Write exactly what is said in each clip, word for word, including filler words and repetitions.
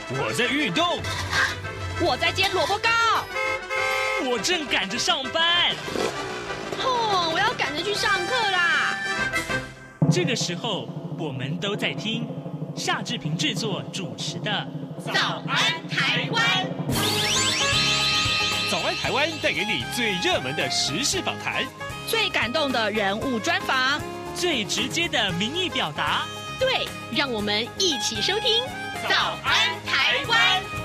我在运动， 我在煎萝卜糕， 我正赶着上班。 哦，我要赶着去上课啦。 这个时候，我们都在听夏志平制作主持的《 早安台湾》。 早安台湾带给你最热门的时事访谈， 最感动的人物专访， 最直接的民意表达。 对，让我们一起收听《早安台湾》。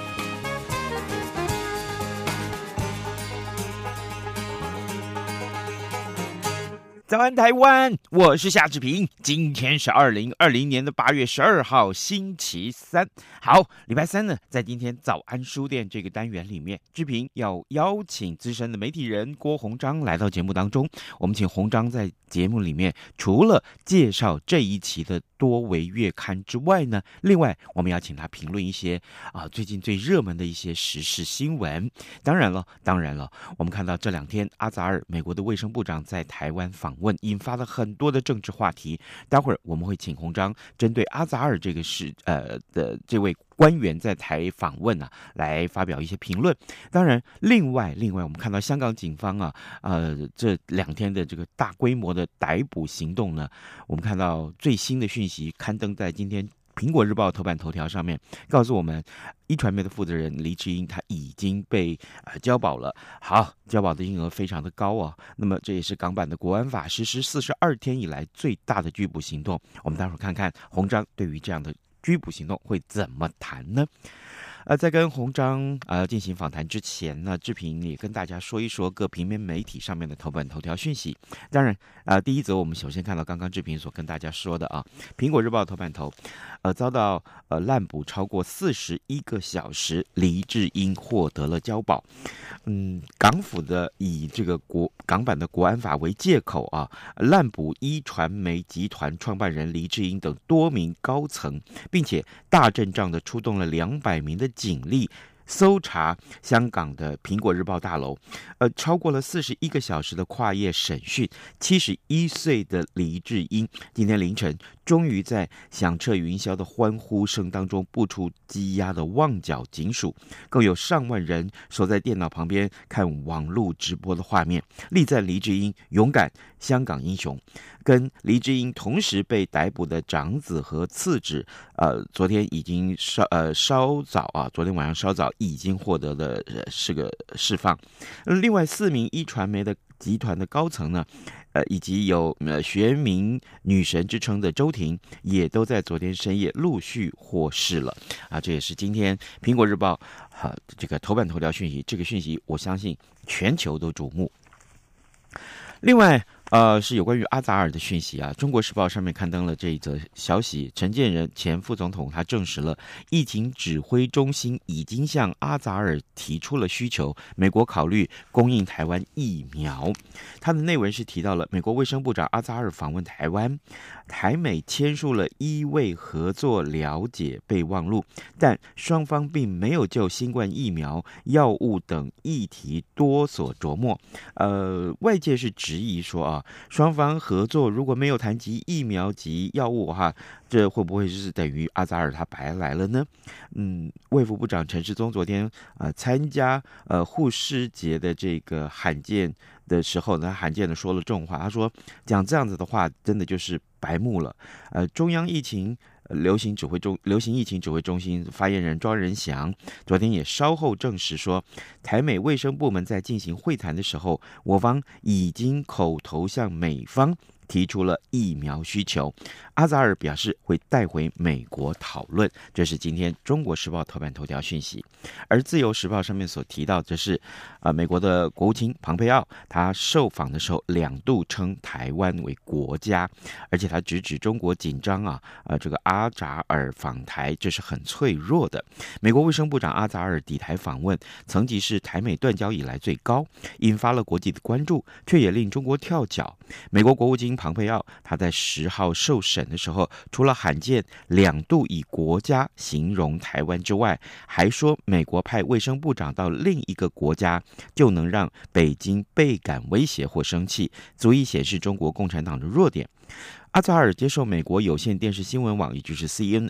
早安台湾，我是夏志平。今天是二零二零年的八月十二号，星期三。好，礼拜三呢，在今天早安书店这个单元里面，志平要邀请资深的媒体人郭鸿章来到节目当中。我们请鸿章在节目里面，除了介绍这一期的多维月刊之外呢，另外我们要请他评论一些啊最近最热门的一些时事新闻。当然了，当然了，我们看到这两天阿扎尔美国的卫生部长在台湾访问，引发了很多的政治话题。待会儿我们会请鸿章针对阿扎尔这个事呃的这位官员在台访问啊，来发表一些评论。当然，另外另外我们看到香港警方啊，呃这两天的这个大规模的逮捕行动呢，我们看到最新的讯息刊登在今天苹果日报头版头条上面，告诉我们一传媒的负责人黎智英他已经被呃交保了。好，交保的金额非常的高啊。那么这也是港版的国安法实施四十二天以来最大的拘捕行动。我们待会儿看看鸿章对于这样的拘捕行动会怎么谈呢？呃，在跟鸿章呃进行访谈之前呢，志平也跟大家说一说各平面媒体上面的头版头条讯息。当然，呃，第一则我们首先看到刚刚志平所跟大家说的啊，苹果日报头版头，呃，遭到呃滥捕超过四十一个小时，黎智英获得了交保。嗯，港府的以这个国港版的国安法为借口啊，滥捕一传媒集团创办人黎智英等多名高层，并且大阵仗的出动了两百名的警力搜查香港的苹果日报大楼，呃，超过了四十一个小时的跨夜审讯，七十一岁的黎智英今天凌晨终于在响彻云霄的欢呼声当中步出羁押的旺角警署，更有上万人守在电脑旁边看网络直播的画面，力赞黎智英勇敢，香港英雄。跟黎智英同时被逮捕的长子和次子，呃，昨天已经稍呃稍早啊，昨天晚上稍早已经获得了呃是个释放。另外四名一传媒的集团的高层呢，呃，以及有呃学名女神之称的周婷，也都在昨天深夜陆续获释了啊。这也是今天苹果日报啊这个头版头条讯息，这个讯息我相信全球都瞩目。另外。呃，是有关于阿扎尔的讯息啊。中国时报上面刊登了这一则消息，陈建仁前副总统他证实了，疫情指挥中心已经向阿扎尔提出了需求，美国考虑供应台湾疫苗。他的内文是提到了美国卫生部长阿扎尔访问台湾，台美签署了医卫合作了解备忘录，但双方并没有就新冠疫苗、药物等议题多所琢磨。呃，外界是质疑说啊。双方合作如果没有谈及疫苗及药物哈，这会不会是等于阿扎尔他白来了呢？嗯，卫福部长陈时中昨天呃参加呃护士节的这个罕见的时候呢，罕见的说了重话，他说讲这样子的话，真的就是白目了。呃，中央疫情。流行指挥中流行疫情指挥中心发言人庄仁祥昨天也稍后证实说，台美卫生部门在进行会谈的时候，我方已经口头向美方提出了疫苗需求，阿扎尔表示会带回美国讨论。这是今天中国时报头版头条讯息。而自由时报上面所提到的是，呃，美国的国务卿庞佩奥他受访的时候两度称台湾为国家，而且他直指中国紧张啊，呃，这个阿扎尔访台这是很脆弱的。美国卫生部长阿扎尔抵台访问，层级是台美断交以来最高，引发了国际的关注，却也令中国跳脚。美国国务卿庞佩奥他在十号受审的时候，除了罕见两度以国家形容台湾之外，还说美国派卫生部长到另一个国家就能让北京倍感威胁或生气，足以显示中国共产党的弱点。阿扎尔接受美国有线电视新闻网，也就是 C N N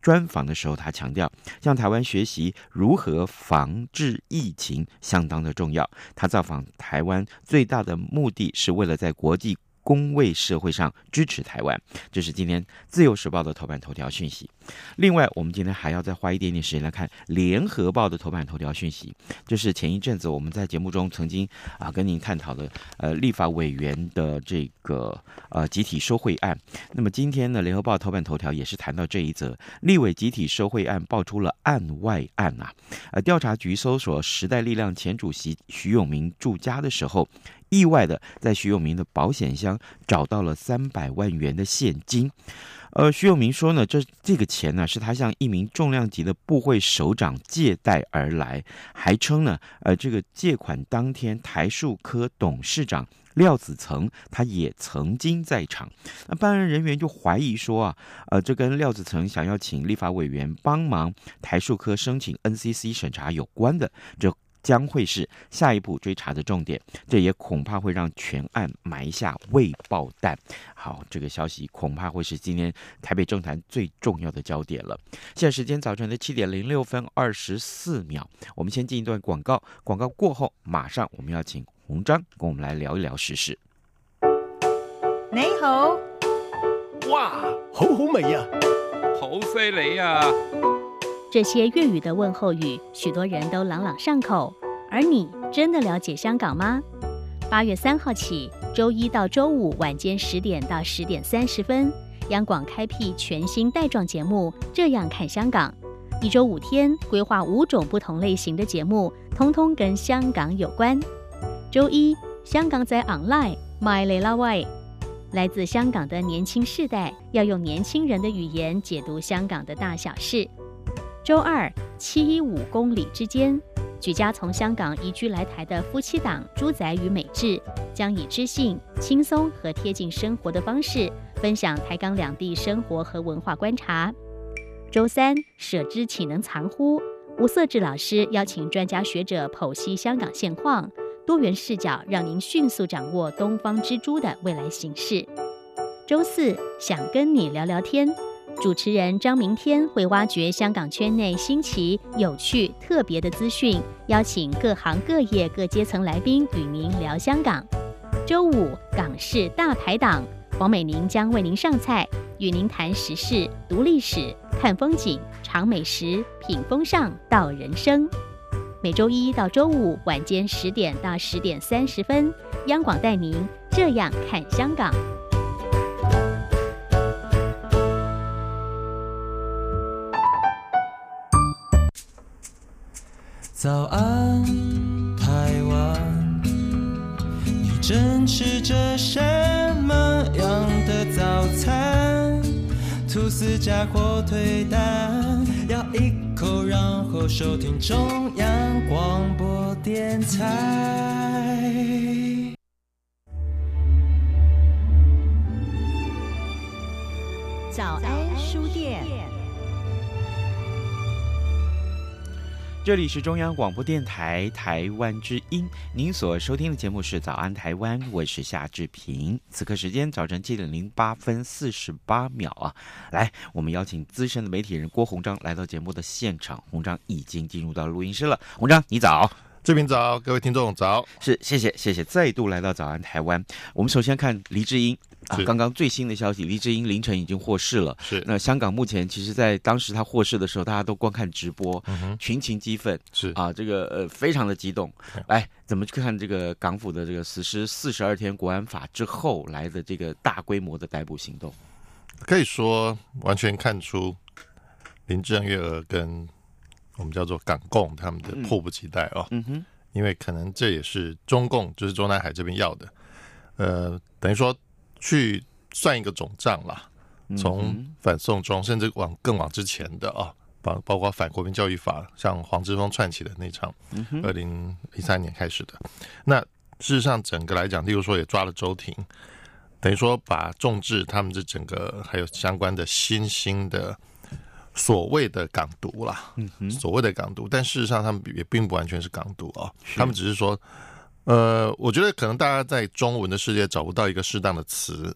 专访的时候，他强调，向台湾学习如何防治疫情相当的重要。他造访台湾最大的目的是为了在国际公卫社会上支持台湾，这是今天自由时报的头版头条讯息。另外，我们今天还要再花一点点时间来看联合报的头版头条讯息，这是前一阵子我们在节目中曾经啊跟您探讨的呃立法委员的这个呃集体收贿案。那么今天呢，联合报头版头条也是谈到这一则立委集体收贿案爆出了案外案啊，呃调查局搜索时代力量前主席徐永明住家的时候，意外的在徐永明的保险箱找到了三百万元的现金。呃，徐永明说呢，这这个钱呢是他向一名重量级的部会首长借贷而来，还称呢，呃，这个借款当天台塑科董事长廖子成他也曾经在场。那办案人员就怀疑说啊，呃，这跟廖子成想要请立法委员帮忙台塑科申请 N C C 审查有关的，这将会是下一步追查的重点，这也恐怕会让全案埋下未爆弹。好，这个消息恐怕会是今天台北政坛最重要的焦点了。现在时间早晨的七点零六分二十四秒，我们先进一段广告，广告过后马上我们要请洪章跟我们来聊一聊时事。 你好， 哇，好好味啊， 好犀利啊！ 这些粤语的问候语，许多人都朗朗上口。而你真的了解香港吗？八月三号起，周一到周五晚间十点到十点三十分，央广开辟全新带状节目《这样看香港》，一周五天，规划五种不同类型的节目，通通跟香港有关。周一，香港在 online My Lela Way， 来自香港的年轻世代要用年轻人的语言解读香港的大小事。周二，七一五公里之间，举家从香港移居来台的夫妻档朱仔与美智，将以知性、轻松和贴近生活的方式，分享台港两地生活和文化观察。周三，舍之岂能藏乎？吴瑟智老师邀请专家学者剖析香港现况，多元视角让您迅速掌握东方之珠的未来形势。周四，想跟你聊聊天。主持人张明天会挖掘香港圈内新奇、有趣、特别的资讯，邀请各行各业各阶层来宾与您聊香港。周五，港式大排档，黄美玲将为您上菜，与您谈时事、读历史、看风景、尝美食、品风尚到人生。每周一到周五晚间十点到十点三十分，央广带您这样看香港。 早安，台湾，你正吃着什么样的早餐？吐司加火腿蛋，咬一口，然后收听中央广播电台。 早安书店。 这里是中央广播电台台湾之音，您所收听的节目是早安台湾，我是夏志平。此刻时间早晨七点零八分四十八秒啊，来，我们邀请资深的媒体人郭鸿章来到节目的现场。鸿章已经进入到录音室了，鸿章你早。 志平早，各位听众早。 是，谢谢谢谢，再度来到早安台湾。我们首先看黎智英啊，刚刚最新的消息，黎智英凌晨已经获释了。 是， 那香港目前其实，在当时他获释的时候，大家都观看直播，嗯、群情激愤， 是啊，这个呃非常的激动。来，怎么去看这个港府的这个实施四十二天国安法之后来的这个大规模的逮捕行动？ 可以说完全看出林郑月娥跟我们叫做港共他们的迫不及待哦，嗯哼，因为可能这也是中共就是中南海这边要的，呃，等于说去算一个总账啦，从反送中甚至往更往之前的啊，包包括反国民教育法，像黄之锋串起的那场，二零一三年开始的，那事实上整个来讲，例如说也抓了周庭，等于说把众志他们这整个还有相关的新兴的。所谓的港独啦，嗯、所谓的港独，但事实上他们也并不完全是港独啊、哦，他们只是说，呃，我觉得可能大家在中文的世界找不到一个适当的词，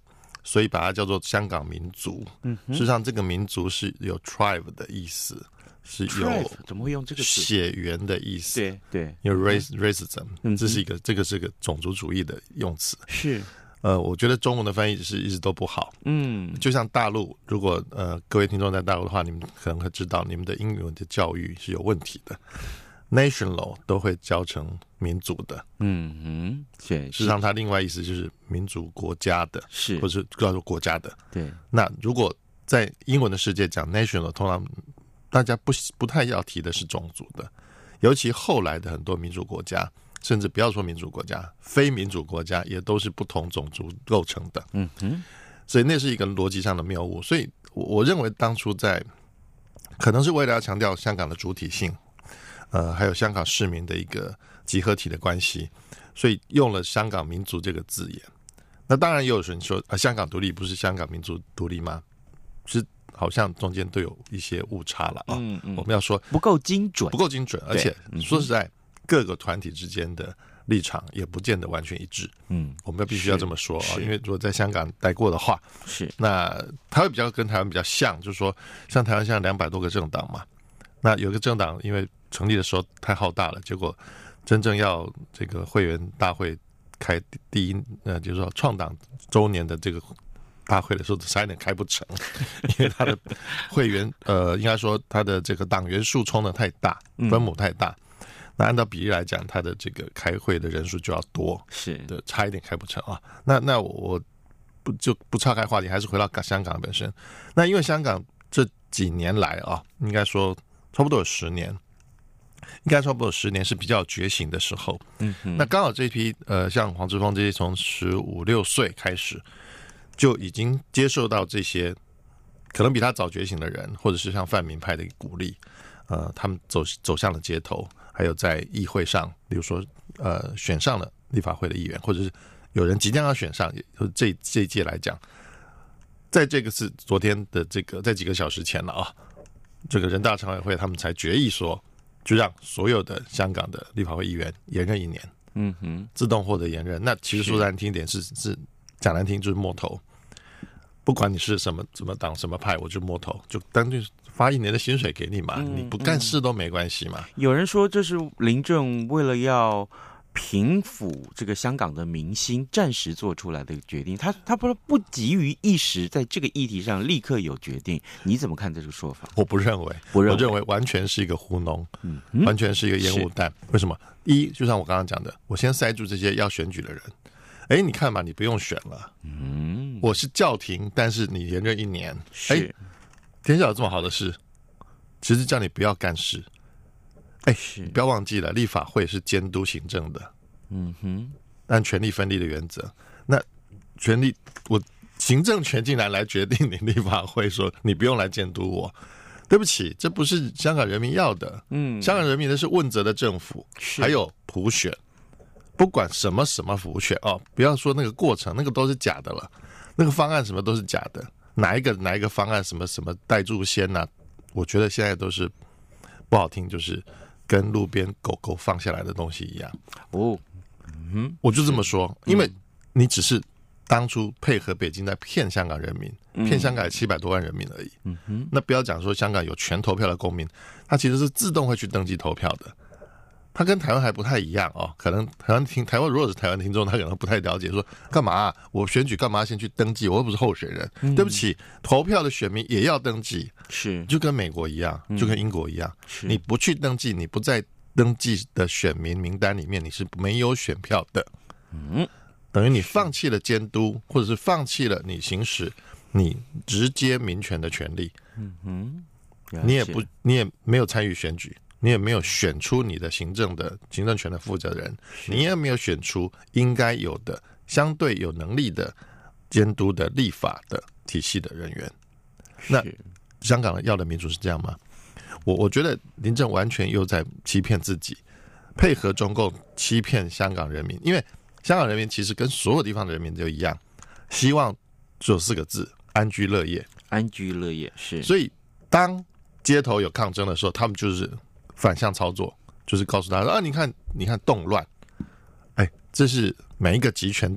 所以把它叫做香港民族。嗯，事实上这个民族是有 tribe 的意思，是有怎么会用这个词？ 血缘的意思。 对对， 有 race racism，、嗯、这是一个这个是个种族主义的用词。 是。 呃，我觉得中文的翻译是一直都不好。嗯，就像大陆，如果呃各位听众在大陆的话，你们可能会知道，你们的英文的教育是有问题的。National 都会教成民族的。嗯嗯，对。事实上，它另外意思就是民族国家的，是或者是叫做国家的。对。那如果在英文的世界讲 national， 通常大家不不太要提的是种族的，尤其后来的很多民主国家。甚至不要说民主国家，非民主国家也都是不同种族构成的。嗯哼，所以那是一个逻辑上的谬误。所以我认为当初在可能是为了要强调香港的主体性，呃，还有香港市民的一个集合体的关系，所以用了香港民族这个字眼。那当然也有人说啊，香港独立不是香港民族独立吗？是好像中间都有一些误差了啊、哦嗯嗯。我们要说不够精准， 不够精准，而且说实在。各个团体之间的立场也不见得完全一致，嗯，我们必须要这么说啊，因为如果在香港待过的话，是那它会比较跟台湾比较像，就是说，像台湾现在两百多个政党嘛，那有一个政党因为成立的时候太浩大了，结果真正要这个会员大会开第一，呃，就是说创党周年的这个大会的时候，差一点开不成，因为他的会员，呃，应该说他的这个党员数冲的太大，分母太大。嗯，那按照比例来讲，他的这个开会的人数就要多，是的，差一点开不成啊。那那我不就不岔开话题，还是回到香港本身。那因为香港这几年来啊，应该说差不多有十年，应该差不多有十年是比较觉醒的时候。嗯，那刚好这批呃，像黄之锋这些从十五六岁开始就已经接受到这些可能比他早觉醒的人，或者是像泛民派的鼓励，呃，他们走走向了街头。还有在议会上，比如说呃选上了立法会的议员，或者是有人即将要选上，这这一届来讲，在这个是昨天的这个在几个小时前了啊，这个人大常委会他们才决议说，就让所有的香港的立法会议员延任一年，嗯哼，自动获得延任。那其实说难听一点是是讲难听就是摸头，不管你是什么什么党什么派，我就摸头，就单纯发一年的薪水给你嘛，嗯、你不干事都没关系嘛。 有人说这是林郑为了要平抚这个香港的民心，暂时做出来的决定，他他不不急于一时在这个议题上立刻有决定，你怎么看这个说法？ 我不认为，不认为我认为完全是一个糊弄，嗯，完全是一个烟雾弹。为什么？一，就像我刚刚讲的，我先塞住这些要选举的人。哎，你看嘛，你不用选了。嗯，我是叫停，但是你连任一年。哎，天下有这么好的事，其实叫你不要干事。哎，不要忘记了，立法会是监督行政的。嗯哼，按权力分立的原则，那权力我行政权竟然来决定你立法会说你不用来监督我。对不起，这不是香港人民要的。嗯，香港人民的是问责的政府，还有普选。不管什么什么普选哦，不要说那个过程，那个都是假的了，那个方案什么都是假的，哪一个哪一个方案什么什么带住先啊，我觉得现在都是不好听，就是跟路边狗狗放下来的东西一样。哦，嗯，我就这么说，因为你只是当初配合北京在骗香港人民，骗香港七百多万人民而已。嗯哼，那不要讲说香港有权投票的公民，他其实是自动会去登记投票的。他跟台湾还不太一样哦，可能台湾听台湾如果是台湾听众，他可能不太了解，说干嘛、啊、我选举干嘛先去登记？我又不是候选人。嗯、对不起，投票的选民也要登记，是就跟美国一样，就跟英国一样，嗯、你不去登记，你不在登记的选民名单里面，你是没有选票的。嗯，等于你放弃了监督，或者是放弃了你行使你直接民权的权利。嗯哼，你也不，你也没有参与选举。你也没有选出你的行政的行政权的负责人，你也没有选出应该有的相对有能力的监督的立法的体系的人员。那香港要的民主是这样吗？我我觉得林郑完全又在欺骗自己，配合中共欺骗香港人民。因为香港人民其实跟所有地方的人民都一样，希望只有四个字：安居乐业。 安居乐业是。 所以当街头有抗争的时候，他们就是反向操作，就是告诉他说啊，你看，你看动乱，哎，这是每一个集权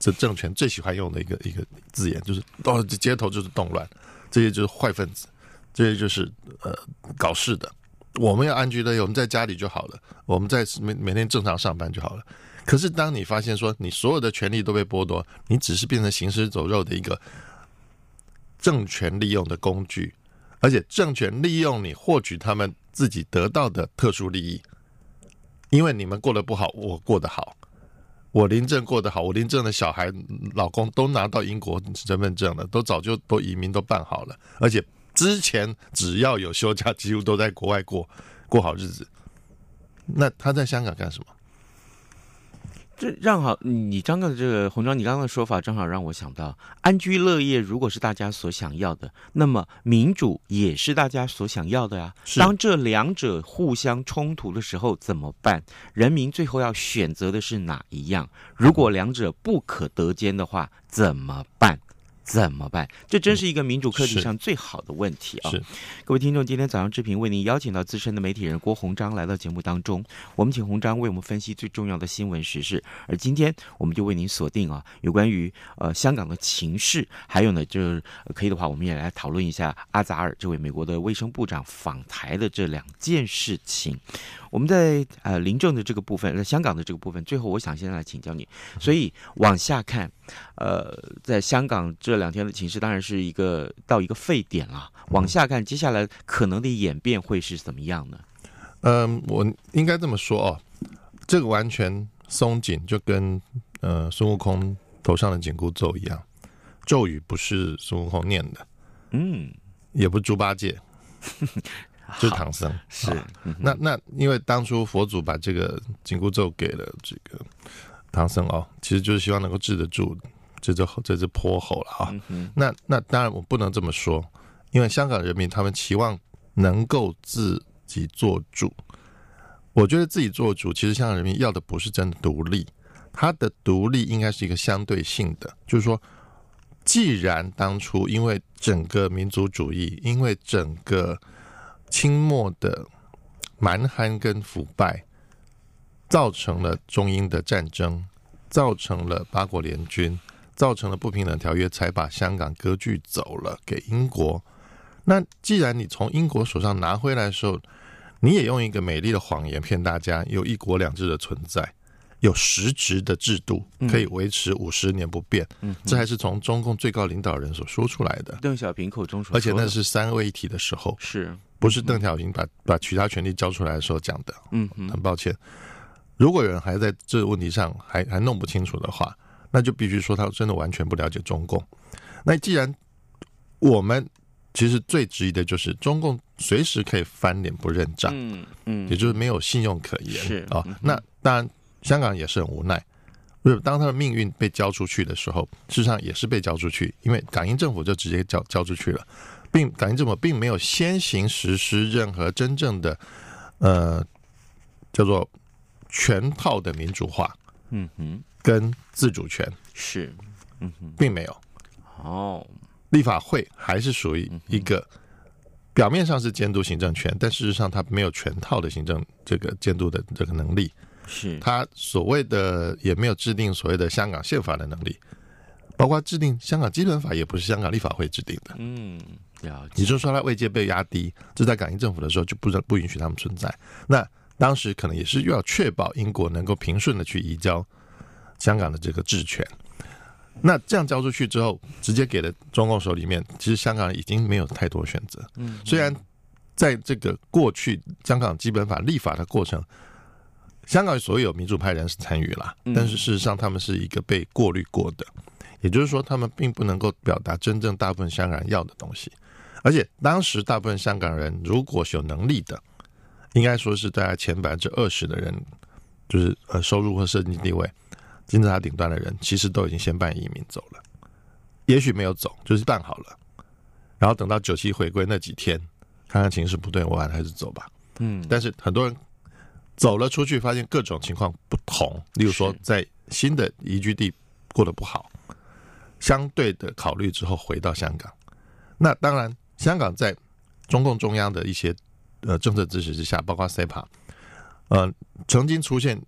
这政权最喜欢用的一个一个字眼，就是哦，街头就是动乱，这些就是坏分子，这些就是呃搞事的。我们要安居乐业，我们在家里就好了，我们在每每天正常上班就好了。可是当你发现说你所有的权利都被剥夺，你只是变成行尸走肉的一个政权利用的工具，而且政权利用你获取他们自己得到的特殊利益，因为你们过得不好，我过得好。我林郑过得好，我林郑的小孩、老公都拿到英国身份证了，都早就都移民都办好了，而且之前只要有休假，几乎都在国外过过好日子。那他在香港干什么？ 这让好，你刚刚的这个洪章，你刚刚的说法正好让我想到，安居乐业如果是大家所想要的，那么民主也是大家所想要的呀。当这两者互相冲突的时候怎么办？人民最后要选择的是哪一样？如果两者不可得兼的话，怎么办？怎么办？这真是一个民主课题上最好的问题啊！各位听众，今天早上之平为您邀请到资深的媒体人郭洪章来到节目当中，我们请洪章为我们分析最重要的新闻时事。而今天我们就为您锁定啊，有关于呃香港的情势，还有呢，就是可以的话，我们也来讨论一下阿扎尔这位美国的卫生部长访台的这两件事情。我们在呃林郑的这个部分，在香港的这个部分，最后我想先来请教你。所以往下看，呃，在香港这两天的情势当然是一个到一个沸点了。往下看，接下来可能的演变会是怎么样呢？ 嗯，我应该这么说哦，这个完全松紧，就跟呃孙悟空头上的紧箍咒一样，咒语不是孙悟空念的，嗯，也不是猪八戒。就是唐僧是、嗯、那那因为当初佛祖把这个紧箍咒给了这个唐僧哦，其实就是希望能够治得住这只这只泼猴了啊、嗯。那那当然我不能这么说，因为香港人民他们期望能够自己做主。我觉得自己做主，其实香港人民要的不是真的独立，他的独立应该是一个相对性的，就是说，既然当初因为整个民族主义，因为整个清末的蛮憨跟腐败，造成了中英的战争，造成了八国联军，造成了不平等条约，才把香港割据走了给英国。那既然你从英国手上拿回来的时候，你也用一个美丽的谎言骗大家有一国两制的存在，有实质的制度可以维持五十年不变、嗯、这还是从中共最高领导人所说出来的， 邓小平口中所说的， 而且那是三位一体的时候， 是不是邓小平把把其他权力交出来的时候讲的？嗯，很抱歉，如果有人还在这个问题上还还弄不清楚的话，那就必须说他真的完全不了解中共。那既然我们其实最质疑的就是中共随时可以翻脸不认账，嗯嗯，也就是没有信用可言，是啊、哦嗯。那当然，香港也是很无奈，当他的命运被交出去的时候，事实上也是被交出去，因为港英政府就直接交交出去了。并港英政府并没有先行实施任何真正的呃叫做全套的民主化，嗯哼，跟自主权是，嗯哼， 并没有。哦，立法会还是属于一个表面上是监督行政权，但事实上它没有全套的行政这个监督的这个能力，是它所谓的也没有制定所谓的香港宪法的能力。包括制定香港基本法也不是香港立法会制定的，嗯，也就是说它位阶被压低，这在港英政府的时候就不不允许他们存在。那当时可能也是要确保英国能够平顺的去移交香港的这个治权。那这样交出去之后，直接给了中共手里面，其实香港人已经没有太多选择。嗯，虽然在这个过去香港基本法立法的过程，香港所有民主派人士参与啦，但是事实上他们是一个被过滤过的。也就是说他们并不能够表达真正大部分香港人要的东西，而且当时大部分香港人如果是有能力的，应该说是大概前百分之二十的人，就是呃收入或社经地位金字塔顶端的人，其实都已经先办移民走了，也许没有走，就是办好了，然后等到九七回归那几天，看看情势不对，我还是走吧。嗯，但是很多人走了出去，发现各种情况不同，例如说在新的移居地过得不好。相对的考虑之后回到香港，那当然香港在中共中央的一些呃政策支持之下，包括 C E P A， 呃曾经出现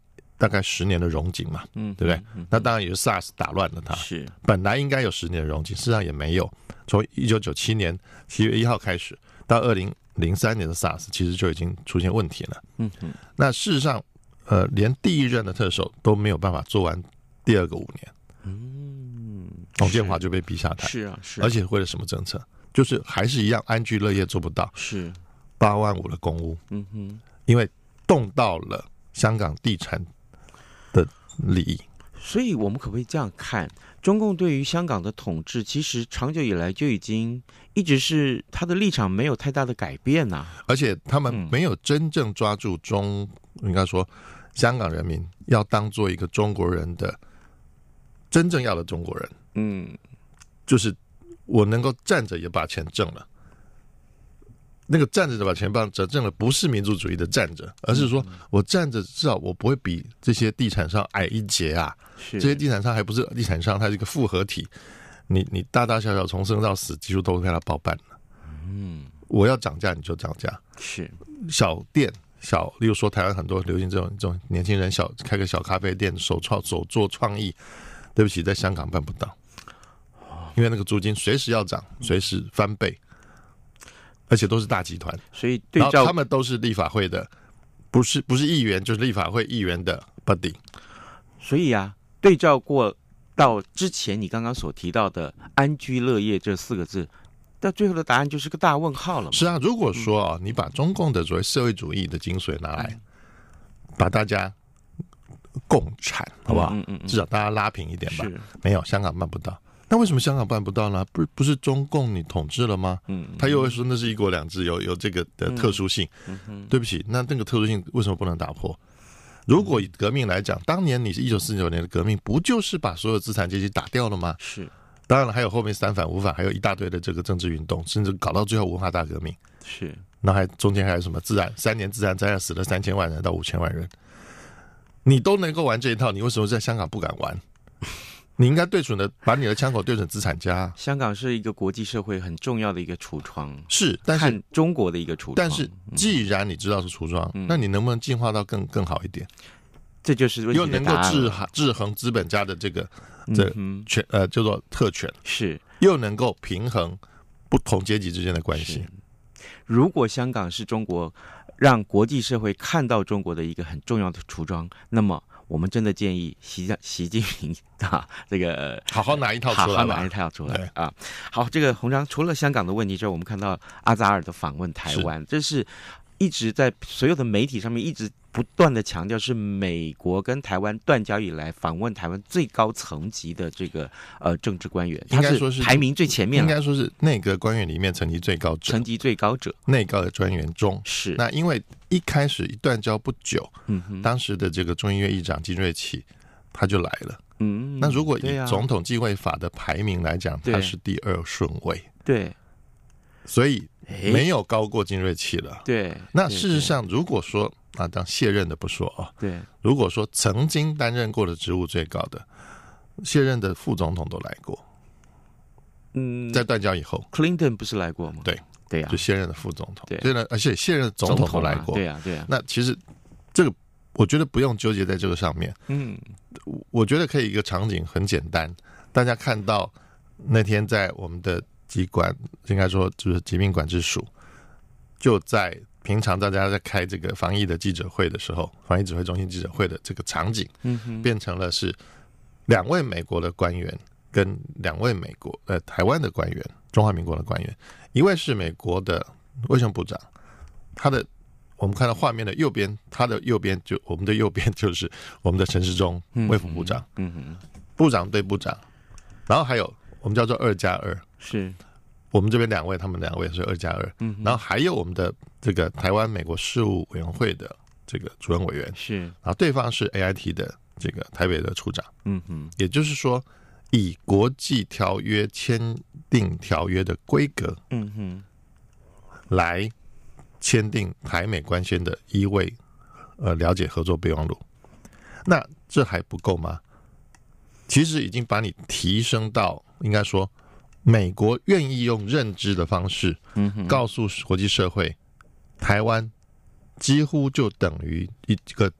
大概十年的荣景嘛，嗯，对不对？嗯、那当然也是 SARS 打乱了它， 是本来应该有十年的荣景，事实上也没有。从一九九七年七月一号开始，到二零零三年的 SARS， 其实就已经出现问题了。嗯嗯，那事实上，呃，连第一任的特首都没有办法做完第二个五年。嗯，董建华就被逼下台。 是啊，是啊。 而且为了什么政策？就是还是一样安居乐业做不到。 是八万五的公屋。嗯哼，因为动到了香港地产的利益。 所以我们可不可以这样看？中共对于香港的统治，其实长久以来就已经一直是他的立场没有太大的改变呐、啊。 而且他们没有真正抓住中，嗯、应该说香港人民要当做一个中国人的真正要的中国人。嗯，就是我能够站着也把钱挣了。那个站着就把钱帮挣了，不是民族主义的站着，而是说我站着至少我不会比这些地产商矮一截啊。这些地产商还不是地产商，它是一个复合体，你你大大小小从生到死，几乎都会被它包办了。嗯，我要涨价你就涨价。 是小店小，例如说台湾很多流行这种这种年轻人小开个小咖啡店，手创手做创意，对不起，在香港办不到，因为那个租金随时要涨，随时翻倍。而且都是大集团， 所以对照他们都是立法会的，不是不是议员就是立法会议员的 buddy。 所以啊，对照过到之前你刚刚所提到的安居乐业这四个字，到最后的答案就是个大问号了嘛。 是啊，如果说啊，你把中共的所谓社会主义的精髓拿来，把大家共产，好不好？嗯嗯嗯，至少大家拉平一点吧。没有，香港办不到。那为什么香港办不到呢？不不是中共你统治了吗？嗯，他又会说那是一国两制，有有这个的特殊性。嗯嗯，对不起，那那个特殊性为什么不能打破？如果以革命来讲，当年你是一九四九年的革命，不就是把所有资产阶级打掉了吗？ 是， 当然了，还有后面三反五反，还有一大堆的这个政治运动，甚至搞到最后文化大革命。 是， 那还中间还有什么自然三年自然灾害死了三千万人到五千万人，你都能够玩这一套，你为什么在香港不敢玩？你应该对准的，把你的枪口对准资产家。 香港是一个国际社会很重要的一个橱窗， 是，但是看中国的一个橱窗。 但是既然你知道是橱窗，嗯、那你能不能进化到更更好一点？ 这就是问题的答案。 又能够制制衡资本家的这个这权、呃叫做特权， 是， 又能够平衡不同阶级之间的关系。 如果香港是中国让国际社会看到中国的一个很重要的橱窗，那么。我们真的建议习习近平啊，这个好好拿一套出来， 好好拿一套出来啊。好，这个洪章除了香港的问题之后，我们看到阿扎尔的访问台湾，这是一直在所有的媒体上面一直不断的强调，是美国跟台湾断交以来访问台湾最高层级的这个呃政治官员， 应该说是排名最前面， 应该说是内阁官员里面层级最高者， 层级最高者， 内阁的专员中是。 那因为一开始一断交不久，嗯，当时的这个众议院议长金瑞起他就来了，嗯，那如果以总统继位法的排名来讲，他是第二顺位， 对， 所以没有高过金瑞起了， 对。 那事实上，如果说啊，当卸任的不说啊， 对， 如果说曾经担任过的职务最高的卸任的副总统都来过，嗯，在断交以后 ，Clinton 不是来过吗？ 对。 对呀、啊， 就现任的副总统， 对， 所以呢，而且现任的总统都来过， 对呀、啊，对呀、啊。 那其实这个，我觉得不用纠结在这个上面。嗯，我觉得可以一个场景很简单，大家看到那天在我们的机关，应该说就是疾病管制署，就在平常大家在开这个防疫的记者会的时候，防疫指挥中心记者会的这个场景，嗯哼，变成了是两位美国的官员跟两位美国呃台湾的官员，中华民国的官员。一位是美国的卫生部长，他的我们看到画面的右边，他的右边就我们的右边就是我们的陈时中卫福部长，嗯嗯，部长对部长，然后还有我们叫做二加二， 是我们这边两位，他们两位是二加二，嗯，然后还有我们的这个台湾美国事务委员会的这个主任委员， 是， 然后对方是 A I T 的这个台北的处长， 嗯哼， 也就是说。以国际条约签订条约的规格，嗯哼，来签订台美关系的一位呃了解合作备忘录，那这还不够吗？其实已经把你提升到应该说，美国愿意用认知的方式，嗯哼，告诉国际社会，台湾几乎就等于一个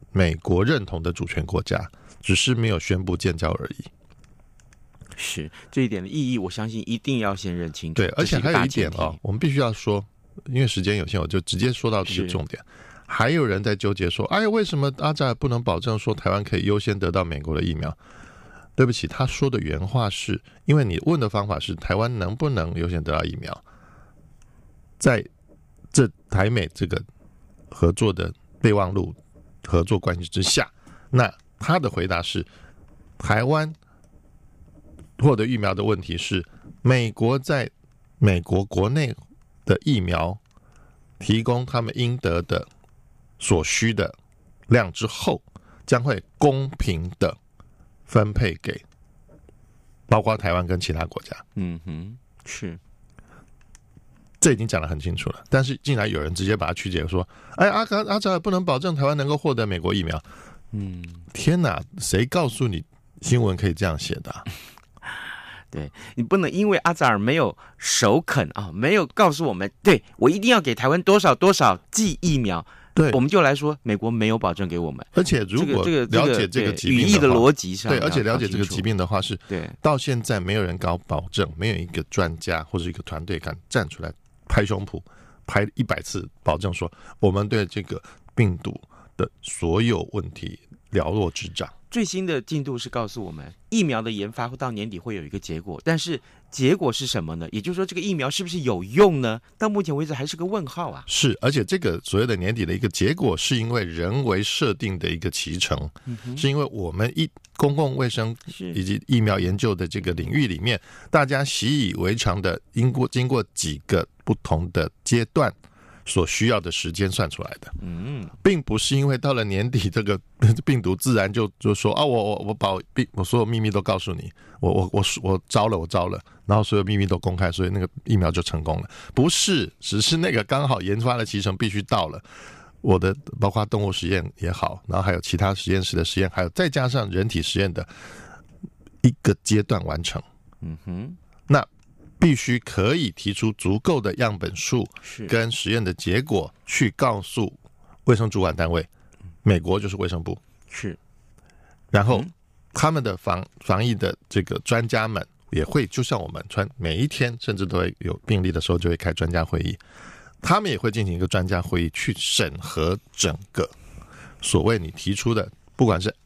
美国认同的主权国家，只是没有宣布建交而已。 是这一点的意义，我相信一定要先认清楚。 对，而且还有一点哦，我们必须要说，因为时间有限，我就直接说到这个重点。还有人在纠结说，哎呀，为什么阿扎尔不能保证说台湾可以优先得到美国的疫苗？对不起，他说的原话是，因为你问的方法是台湾能不能优先得到疫苗，在这台美这个合作的备忘录合作关系之下，那他的回答是，台湾获得疫苗的问题是，美国在美国国内的疫苗提供他们应得的所需的量之后，将会公平的分配给包括台湾跟其他国家。 嗯哼，是， 这已经讲得很清楚了。但是竟然有人直接把它曲解说，哎，阿卡阿扎尔不能保证台湾能够获得美国疫苗。嗯，天哪，谁告诉你新闻可以这样写的啊？ 对，你不能因为阿扎尔没有首肯啊，没有告诉我们，对我一定要给台湾多少多少剂疫苗， 对， 我们就来说美国没有保证给我们。 而且如果了解这个疾病的话， 语义的逻辑上， 对，而且了解这个疾病的话是， 对， 到现在没有人敢保证，没有一个专家或者一个团队敢站出来拍胸脯拍一百次，保证说我们对这个病毒的所有问题了若指掌。 最新的进度是告诉我们，疫苗的研发会到年底会有一个结果，但是结果是什么呢？也就是说，这个疫苗是不是有用呢？到目前为止还是个问号啊。 是，而且这个所谓的年底的一个结果，是因为人为设定的一个期程，嗯、是因为我们一公共卫生以及疫苗研究的这个领域里面，大家习以为常的，经过经过几个不同的阶段所需要的时间算出来的，嗯，并不是因为到了年底这个病毒自然就就说啊，我我我把病我所有秘密都告诉你，我我我我招了我招了，然后所有秘密都公开，所以那个疫苗就成功了，不是，只是那个刚好研发的期程必须到了，我的包括动物实验也好，然后还有其他实验室的实验，还有再加上人体实验的一个阶段完成，嗯哼，那必须可以提出足够的样本数跟实验的结果去告诉卫生主管单位，美国就是卫生部， 是， 然后他们的防防疫的这个专家们也会，就像我们传每一天甚至都会有病例的时候就会开专家会议，他们也会进行一个专家会议去审核整个所谓你提出的，不管是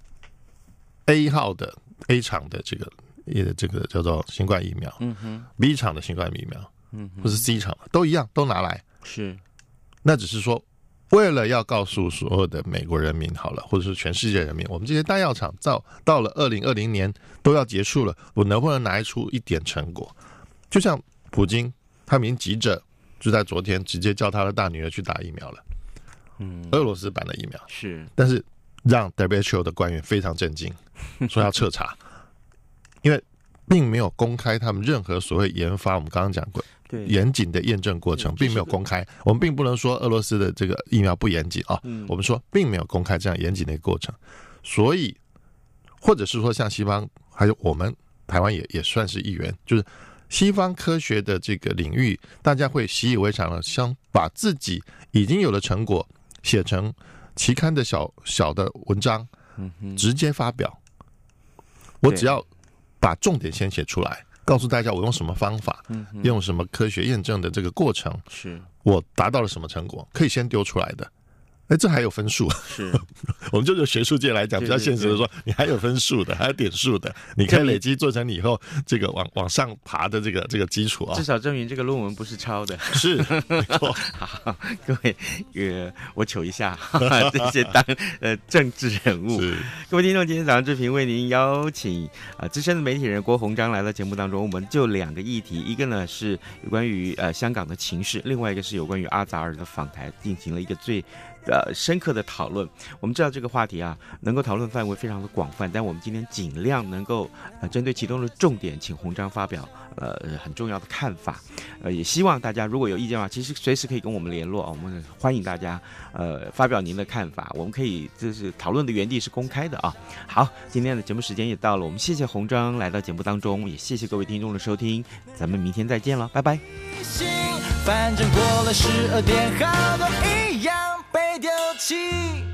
A 号的 A 厂的这个这个叫做新冠疫苗，嗯哼 ，B 厂的新冠疫苗，嗯，或是 C 厂的都一样，都拿来， 是， 那只是说为了要告诉所有的美国人民好了，或者是全世界人民，我们这些大药厂到到了二零二零年都要结束了，我能不能拿出一点成果？就像普京，他们已经急着就在昨天直接叫他的大女儿去打疫苗了，嗯，俄罗斯版的疫苗是， 但是让 W H O 的官员非常震惊，说要彻查。因为并没有公开他们任何所谓研发，我们刚刚讲过严谨的验证过程并没有公开，我们并不能说俄罗斯的这个疫苗不严谨啊、嗯，我们说并没有公开这样严谨的一个过程，所以或者是说像西方还有我们台湾也也算是一员，就是西方科学的这个领域，大家会习以为常了，想把自己已经有的成果写成期刊的小小的文章，直接发表，我只要把重点先写出来，告诉大家我用什么方法，嗯、用什么科学验证的这个过程， 是我达到了什么成果，可以先丢出来的。哎，这还有分数， 是我们就学术界来讲比较现实的说，你还有分数的，还有点数的，你可以累积做成你以后这个往往上爬的这个这个基础啊。 至少证明这个论文不是抄的。 是，没错。 好，各位，呃，我求一下这些当呃政治人物。各位听众，今天早上志平为您邀请啊、呃、资深的媒体人郭鸿章来到节目当中，我们就两个议题，一个呢是有关于呃香港的情势，另外一个是有关于阿扎尔的访台，进行了一个最呃，深刻的讨论。我们知道这个话题啊，能够讨论范围非常的广泛，但我们今天尽量能够呃针对其中的重点，请鸿章发表呃很重要的看法。呃，也希望大家如果有意见的话，其实随时可以跟我们联络啊，我们欢迎大家呃发表您的看法，我们可以就是讨论的园地是公开的啊。好，今天的节目时间也到了，我们谢谢鸿章来到节目当中，也谢谢各位听众的收听，咱们明天再见了，拜拜。 反正过了十二点，好多一样被丢弃。